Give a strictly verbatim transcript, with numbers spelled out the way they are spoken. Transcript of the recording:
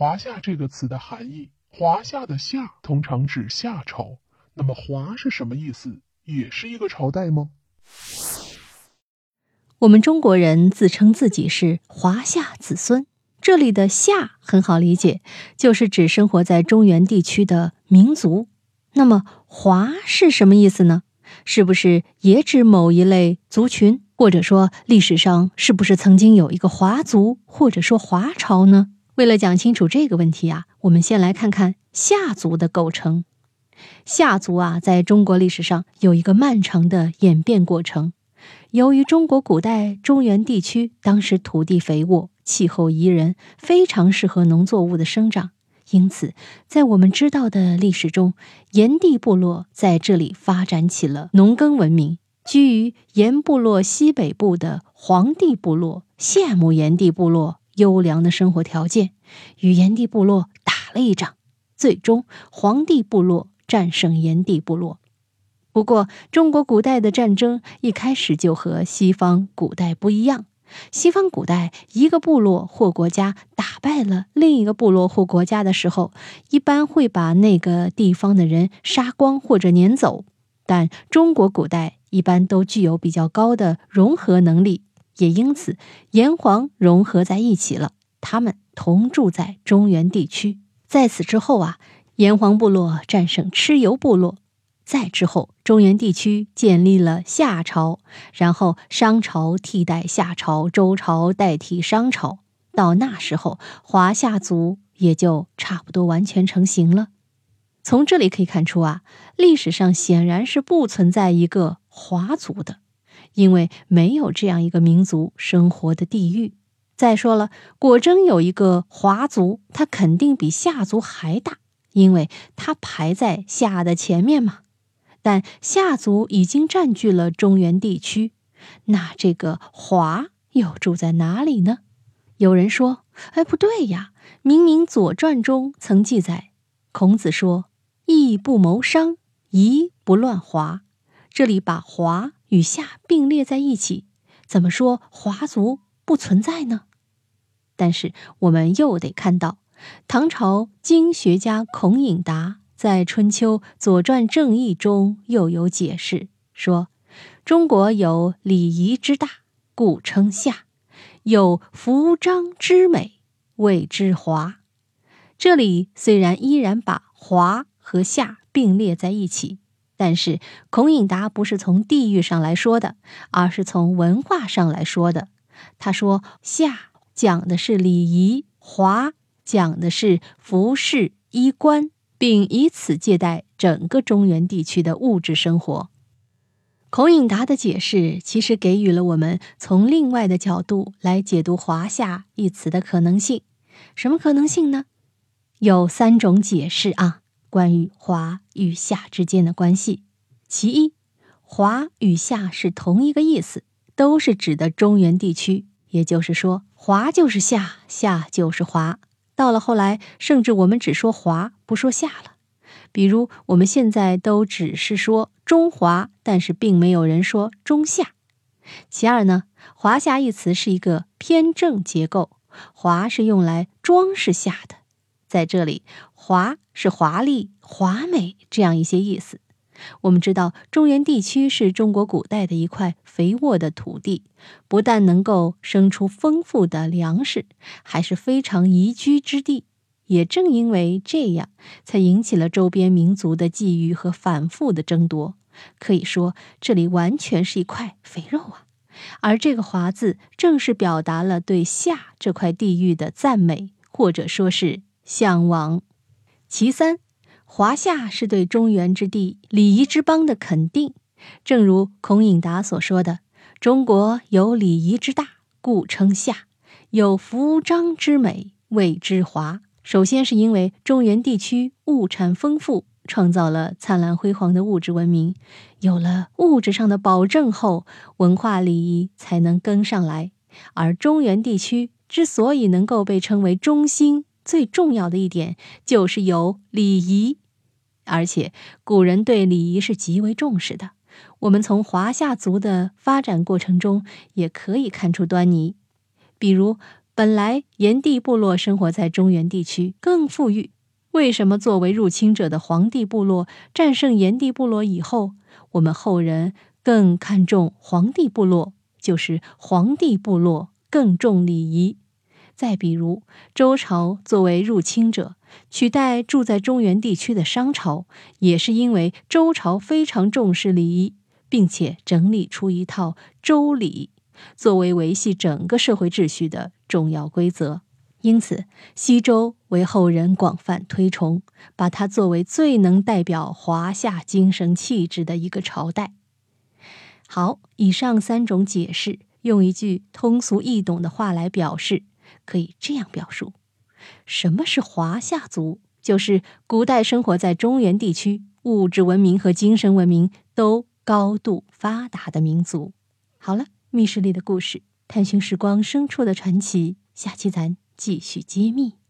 华夏这个词的含义，华夏的夏通常指夏朝，那么华是什么意思？也是一个朝代吗？ 我们中国人自称自己是华夏子孙，这里的夏很好理解，就是指生活在中原地区的民族。那么华是什么意思呢？是不是也指某一类族群？或者说历史上是不是曾经有一个华族，或者说华朝呢？为了讲清楚这个问题啊，我们先来看看夏族的构成。夏族啊，在中国历史上有一个漫长的演变过程。由于中国古代中原地区当时土地肥沃，气候宜人，非常适合农作物的生长，因此在我们知道的历史中，炎帝部落在这里发展起了农耕文明。居于炎部落西北部的黄帝部落羡慕炎帝部落优良的生活条件，与炎帝部落打了一仗，最终黄帝部落战胜炎帝部落。不过中国古代的战争一开始就和西方古代不一样，西方古代一个部落或国家打败了另一个部落或国家的时候，一般会把那个地方的人杀光或者撵走，但中国古代一般都具有比较高的融合能力，也因此炎黄融合在一起了，他们同住在中原地区。在此之后啊，炎黄部落战胜蚩尤部落，再之后中原地区建立了夏朝，然后商朝替代夏朝，周朝代替商朝，到那时候华夏族也就差不多完全成型了。从这里可以看出啊，历史上显然是不存在一个华族的，因为没有这样一个民族生活的地域。再说了，果真有一个华族，它肯定比夏族还大，因为它排在夏的前面嘛。但夏族已经占据了中原地区，那这个华又住在哪里呢？有人说，哎，不对呀，明明《左传》中曾记载，孔子说义不谋商，夷不乱华，这里把华与夏并列在一起，怎么说华族不存在呢？但是我们又得看到，唐朝经学家孔颖达在《春秋左传正义》中又有解释，说中国有礼仪之大，故称夏；有服章之美，谓之华。这里虽然依然把华和夏并列在一起，但是孔颖达不是从地域上来说的，而是从文化上来说的。他说夏讲的是礼仪，华讲的是服饰衣冠，并以此借代整个中原地区的物质生活。孔颖达的解释其实给予了我们从另外的角度来解读华夏一词的可能性。什么可能性呢？有三种解释啊，关于华与夏之间的关系。其一，华与夏是同一个意思，都是指的中原地区，也就是说华就是夏，夏就是华。到了后来，甚至我们只说华不说夏了。比如我们现在都只是说中华，但是并没有人说中夏。其二呢，华夏一词是一个偏正结构，华是用来装饰夏的，在这里华是华丽华美这样一些意思。我们知道中原地区是中国古代的一块肥沃的土地，不但能够生出丰富的粮食，还是非常宜居之地。也正因为这样，才引起了周边民族的觊觎和反复的争夺。可以说这里完全是一块肥肉啊。而这个华字正是表达了对夏这块地域的赞美，或者说是向往。其三，华夏是对中原之地礼仪之邦的肯定。正如孔颖达所说的，中国有礼仪之大，故称夏；有服章之美，谓之华。首先是因为中原地区物产丰富，创造了灿烂辉煌的物质文明，有了物质上的保证后，文化礼仪才能跟上来。而中原地区之所以能够被称为中心，最重要的一点就是有礼仪，而且古人对礼仪是极为重视的。我们从华夏族的发展过程中也可以看出端倪。比如本来炎帝部落生活在中原地区，更富裕。为什么作为入侵者的黄帝部落战胜炎帝部落以后，我们后人更看重黄帝部落，就是黄帝部落更重礼仪？再比如，周朝作为入侵者，取代住在中原地区的商朝，也是因为周朝非常重视礼仪，并且整理出一套周礼，作为维系整个社会秩序的重要规则。因此，西周为后人广泛推崇，把它作为最能代表华夏精神气质的一个朝代。好，以上三种解释，用一句通俗易懂的话来表示，可以这样表述：什么是华夏族？就是古代生活在中原地区，物质文明和精神文明都高度发达的民族。好了，密室里的故事，探寻时光深处的传奇，下期咱继续揭秘。